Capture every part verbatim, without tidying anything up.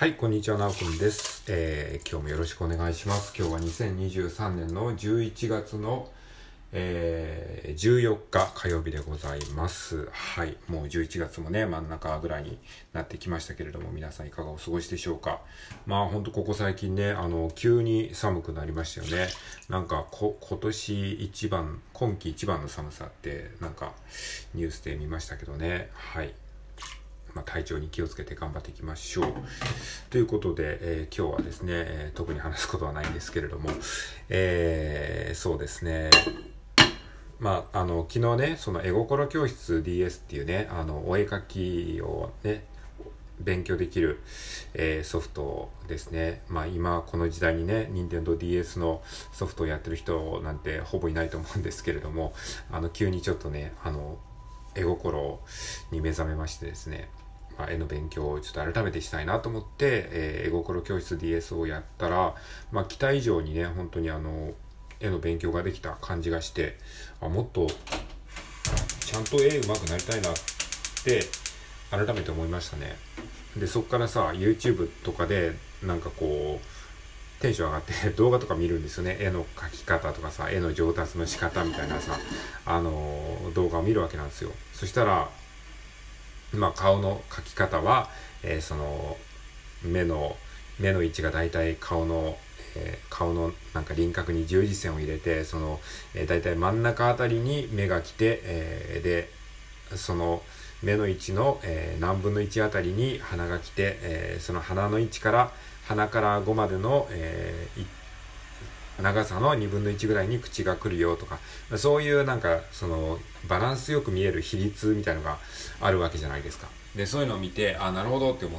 はい、こんにちは、なおくんです、えー。今日もよろしくお願いします。今日はにせんにじゅうさんねんのじゅういちがつの、えー、じゅうよっか火曜日でございます。はい、もうじゅういちがつもね、真ん中ぐらいになってきましたけれども、皆さんいかがお過ごしでしょうか。まあ、ほんとここ最近ね、あの、急に寒くなりましたよね。なんかこ、今年一番、今季一番の寒さって、なんか、ニュースで見ましたけどね。はい。まあ、体調に気をつけて頑張っていきましょうということで、えー、今日はですね、えー、特に話すことはないんですけれども、えー、そうですね、まあ、あの昨日ね、その絵心教室 ディーエス っていうね、あのお絵描きをね勉強できる、えー、ソフトですね。まあ今この時代にね、任天堂 ディーエス のソフトをやってる人なんてほぼいないと思うんですけれども、あの急にちょっとね、あの絵心に目覚めましてですね、まあ、絵の勉強をちょっと改めてしたいなと思って、えー、絵心教室 ディーエス をやったら、まあ、期待以上にね、本当にあの絵の勉強ができた感じがして、あ、もっとちゃんと絵上手くなりたいなって改めて思いましたね。で、そっからさ、YouTube とかでなんかこうテンション上がって動画とか見るんですよね。絵の描き方とかさ、絵の上達の仕方みたいなさ、あのー、動画を見るわけなんですよ。そしたら、まあ顔の描き方は、えー、その目の目の位置がだいたい顔の、えー、顔のなんか輪郭に十字線を入れて、その、えー、だいたい真ん中あたりに目が来て、えー、でその目の位置の、えー、何分のいちあたりに鼻が来て、えー、その鼻の位置から鼻からごまでの、えー、長さのにぶんのいちぐらいに口が来るよとか、そういうなんかそのバランスよく見える比率みたいのがあるわけじゃないですか。で、そういうのを見て、あ、なるほどって思って、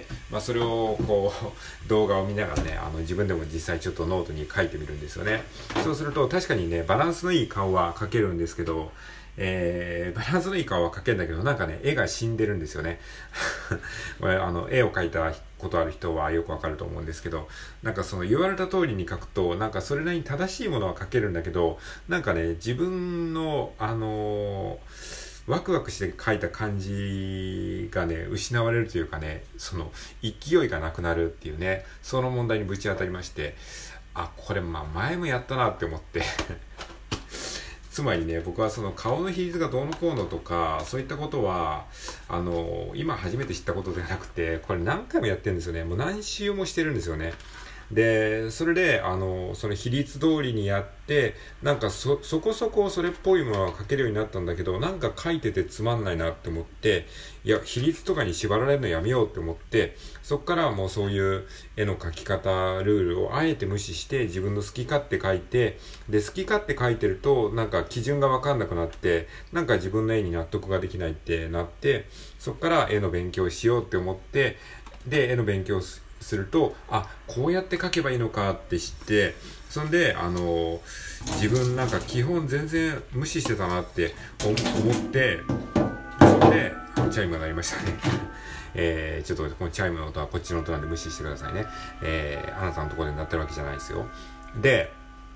まあそれをこう動画を見ながらね、あの自分でも実際ちょっとノートに書いてみるんですよね。そうすると確かにね、バランスのいい顔は描けるんですけど、えー、バランスのいい顔は描けるんだけど、なんかね、絵が死んでるんですよね。これあの絵を描いたことある人はよくわかると思うんですけど、なんかその言われた通りに描くと、なんかそれなりに正しいものは描けるんだけど、なんかね、自分のあのー、ワクワクして描いた感じがね、失われるというかね、その勢いがなくなるっていうね、その問題にぶち当たりまして、あ、これまあ前もやったなって思ってつまりね、僕はその顔の比率がどうのこうのとか、そういったことは、あの、今初めて知ったことではなくて、これ何回もやってるんですよね。もう何周もしてるんですよね。で、それで、あの、その比率通りにやって、なんかそ、そこそこそれっぽいものは書けるようになったんだけど、なんか書いててつまんないなって思って、いや、比率とかに縛られるのやめようって思って、そっからはもうそういう絵の描き方ルールをあえて無視して、自分の好き勝手書いて、で、好き勝手書いてると、なんか基準がわかんなくなって、なんか自分の絵に納得ができないってなって、そっから絵の勉強しようって思って、で、絵の勉強すすると、あ、こうやって書けばいいのかって知って、そんで、あの、自分なんか基本全然無視してたなって思って、そんで、チャイムが鳴りましたね。えー、ちょっとこのチャイムの音はこっちの音なんで無視してくださいね。えー、あなたのところで鳴ってるわけじゃないですよ。で、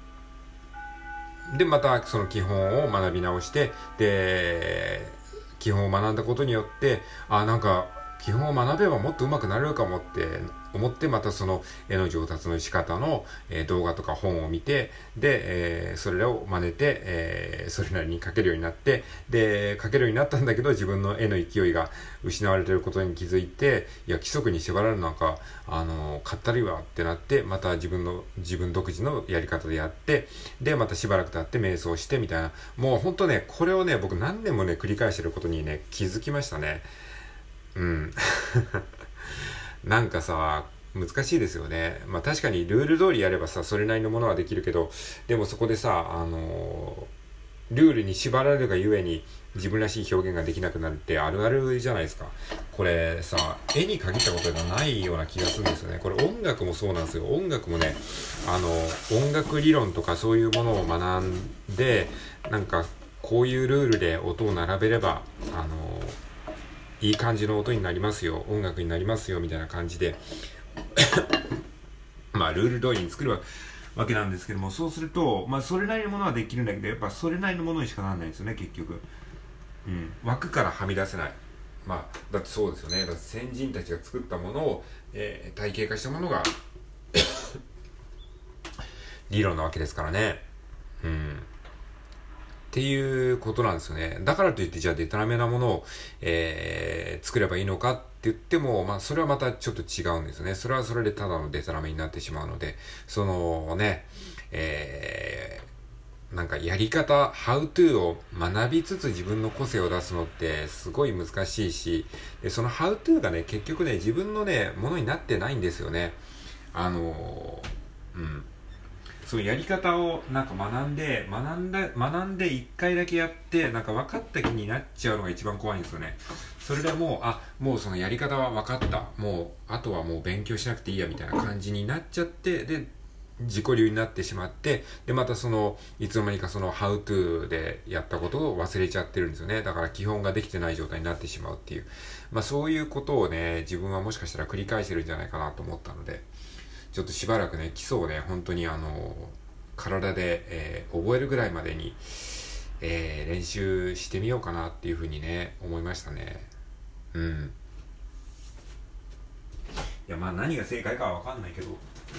で、またその基本を学び直して、で、基本を学んだことによって、あ、なんか、基本を学べばもっと上手くなれるかもって思って、またその絵の上達の仕方の、えー、動画とか本を見て、で、えー、それを真似て、えー、それなりに描けるようになって、で、描けるようになったんだけど、自分の絵の勢いが失われていることに気づいて、いや、規則に縛られるなんか、あのー、かったるいわってなって、また自分の、自分独自のやり方でやって、で、またしばらく経って瞑想してみたいな、もうほんとね、これをね、僕何年もね、繰り返してることにね、気づきましたね。うん。なんかさ、難しいですよね。まあ確かにルール通りやればさ、それなりのものはできるけど、でもそこでさ、あのー、ルールに縛られるがゆえに自分らしい表現ができなくなるってあるあるじゃないですか。これさ、絵に限ったことがないような気がするんですよね。これ音楽もそうなんですよ。音楽もね、あの、音楽理論とかそういうものを学んで、なんかこういうルールで音を並べれば、あのー、いい感じの音になりますよ、音楽になりますよみたいな感じでまあルール通りに作るわけなんですけども、そうするとまあそれなりのものはできるんだけど、やっぱそれなりのものにしかならないんですよね、結局。うん、枠からはみ出せない。 まあだってそうですよね。だって先人たちが作ったものを、えー、体系化したものが理論なわけですからね。うんっていうことなんですよね。だからといってじゃあデタラメなものを、えー、作ればいいのかって言っても、まあそれはまたちょっと違うんですよね。それはそれでただのデタラメになってしまうので、そのね、えー、なんかやり方、how to を学びつつ自分の個性を出すのってすごい難しいし、でその how to がね、結局ね、自分のね、ものになってないんですよね。あのー、うん。そういうやり方をなんか学んで、学んだ、学んで一回だけやって、なんか分かった気になっちゃうのが一番怖いんですよね。それでもう、あ、もうそのやり方は分かった。もう、あとはもう勉強しなくていいやみたいな感じになっちゃって、で、自己流になってしまって、で、またその、いつの間にかその、how to でやったことを忘れちゃってるんですよね。だから基本ができてない状態になってしまうっていう。まあそういうことをね、自分はもしかしたら繰り返してるんじゃないかなと思ったので、ちょっとしばらくね、基礎をね、本当にあの、体で、えー、覚えるぐらいまでに、えー、練習してみようかなっていうふうにね、思いましたね。うん。いや、まあ何が正解かはわかんないけど、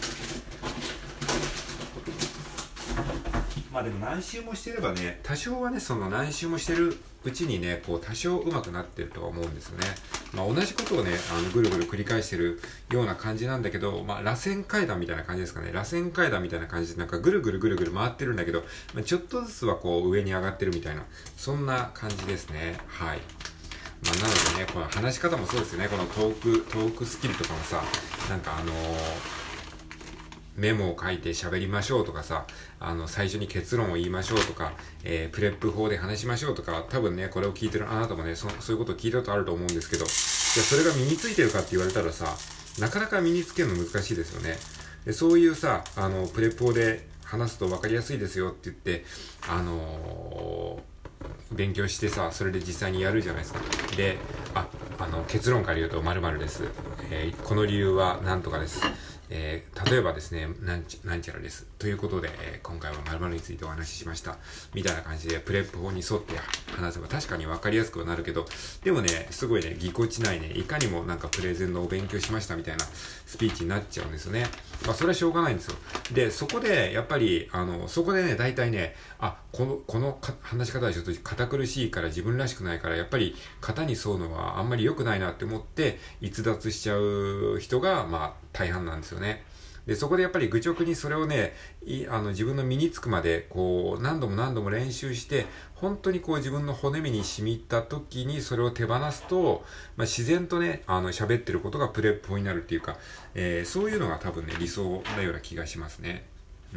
まあでも何周もしてればね、多少はね、その何周もしてるうちにね、こう多少上手くなってるとは思うんですよね。まあ同じことをね、あのぐるぐる繰り返してるような感じなんだけど、まあ螺旋階段みたいな感じですかね。螺旋階段みたいな感じでなんかぐるぐるぐるぐる回ってるんだけど、まあ、ちょっとずつはこう上に上がってるみたいな、そんな感じですね。はい。まあなのでね、この話し方もそうですよね。このトーク、トークスキルとかもさ、なんかあのー、メモを書いて喋りましょうとかさ、あの、最初に結論を言いましょうとか、えー、プレップ法で話しましょうとか、多分ね、これを聞いてるあなたもね、そそういうことを聞いたことあると思うんですけど、じゃあそれが身についてるかって言われたらさ、なかなか身につけるの難しいですよね。でそういうさ、あの、プレップ法で話すと分かりやすいですよって言って、あのー、勉強してさ、それで実際にやるじゃないですか。で、あ、あの、結論から言うと〇〇です。えー、この理由は何とかです。えー、例えばですね、なんち、なんちゃらです。ということで、えー、今回は〇〇についてお話ししました。みたいな感じで、プレップ法に沿って話せば確かに分かりやすくはなるけど、でもね、すごいね、ぎこちないね、いかにもなんかプレゼンのお勉強しましたみたいなスピーチになっちゃうんですよね。まあ、それはしょうがないんですよ。で、そこで、やっぱり、あの、そこでね、大体ね、あ、この、この話し方はちょっと堅苦しいから自分らしくないから、やっぱり型に沿うのはあんまり良くないなって思って、逸脱しちゃう人が、まあ、大半なんですよね。で、そこでやっぱり愚直にそれをね、いあの自分の身につくまで、こう、何度も何度も練習して、本当にこう自分の骨身に染み入った時にそれを手放すと、まあ、自然とね、あの、喋ってることがプレップ法になるっていうか、えー、そういうのが多分ね、理想なような気がしますね。うん。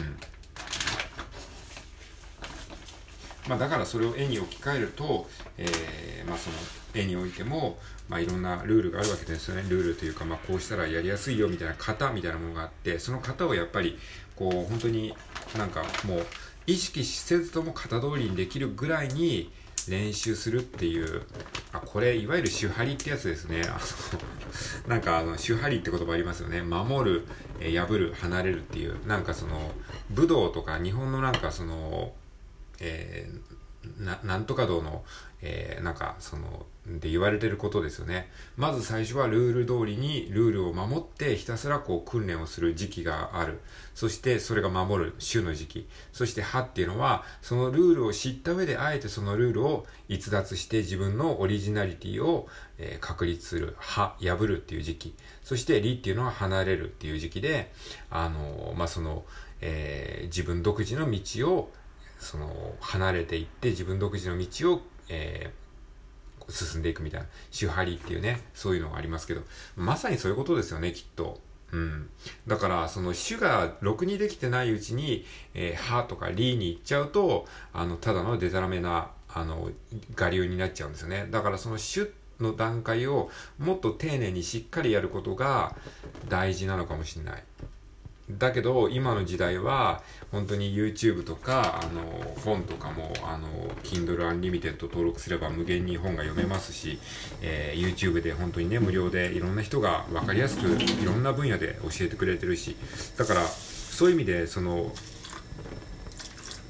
まあ、だからそれを絵に置き換えると、えー、まあその絵においても、まあいろんなルールがあるわけですよね。ルールというか、まあこうしたらやりやすいよみたいな型みたいなものがあって、その型をやっぱり、こう本当になんかもう意識せずとも型通りにできるぐらいに練習するっていう、あ、これいわゆる手張りってやつですね。あのなんかあの手張りって言葉ありますよね。守る、えー、破る、離れるっていう、なんかその武道とか日本のなんかそのえー、な、なんとか道の、えー、なんか、その、で言われてることですよね。まず最初はルール通りにルールを守ってひたすらこう訓練をする時期がある。そしてそれが守る種の時期。そして歯っていうのはそのルールを知った上であえてそのルールを逸脱して自分のオリジナリティを、えー、確立する。歯、破るっていう時期。そして理っていうのは離れるっていう時期で、あのー、まあ、その、えー、自分独自の道をその離れていって自分独自の道を、えー、進んでいくみたいな手張りっていうね、そういうのがありますけど、まさにそういうことですよね、きっと。うん。だからその種がろくにできてないうちに、えー、はとかりに行っちゃうと、あのただのデタラメなあの我流になっちゃうんですよね。だからその種の段階をもっと丁寧にしっかりやることが大事なのかもしれない。だけど今の時代は本当に YouTube とかあの本とかもあの Kindle Unlimited 登録すれば無限に本が読めますし、えー、YouTube で本当にね無料でいろんな人が分かりやすくいろんな分野で教えてくれてるし、だからそういう意味でその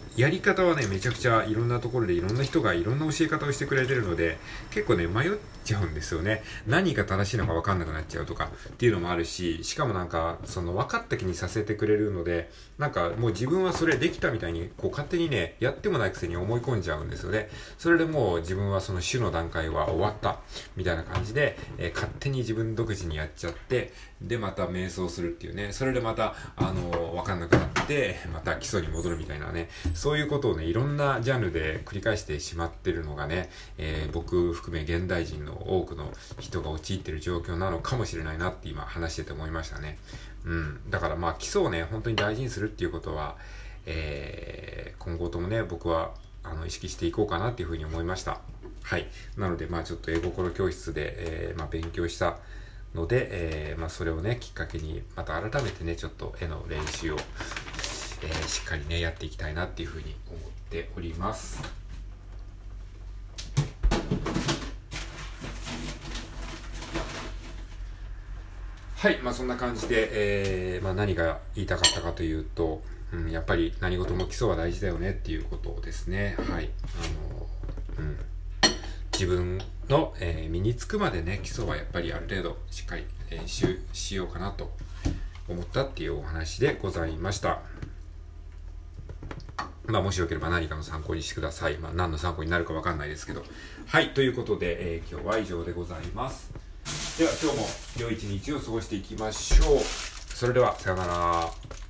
やり方はね、めちゃくちゃいろんなところでいろんな人がいろんな教え方をしてくれてるので、結構ね、迷っちゃうんですよね。何が正しいのか分かんなくなっちゃうとかっていうのもあるし、しかもなんか、その分かった気にさせてくれるので、なんかもう自分はそれできたみたいに、こう勝手にね、やってもないくせに思い込んじゃうんですよね。それでもう自分はその種の段階は終わった、みたいな感じで、えー、勝手に自分独自にやっちゃって、で、また瞑想するっていうね、それでまた、あのー、分かんなくなって、また基礎に戻るみたいなね、そういうことをね、いろんなジャンルで繰り返してしまってるのがね、えー、僕含め現代人の多くの人が陥ってる状況なのかもしれないなって今話してて思いましたね。うん。だからまあ基礎をね、本当に大事にするっていうことは、えー、今後ともね、僕はあの意識していこうかなっていうふうに思いました。はい。なのでまあちょっと英語心教室で、えー、まあ勉強したので、えー、まあそれをね、きっかけにまた改めてね、ちょっと絵の練習をえー、しっかりねやっていきたいなっていうふうに思っております。はい、まあそんな感じで、えーまあ、何が言いたかったかというと、うん、やっぱり何事も基礎は大事だよねっていうことですね。はい、あの、うん、自分の、えー、身につくまでね基礎はやっぱりある程度しっかり練習しようかなと思ったっていうお話でございました。まあもしよければ何かの参考にしてください。まあ何の参考になるかわかんないですけど。はい、ということで、えー、今日は以上でございます。では今日も良い一日を過ごしていきましょう。それではさようなら。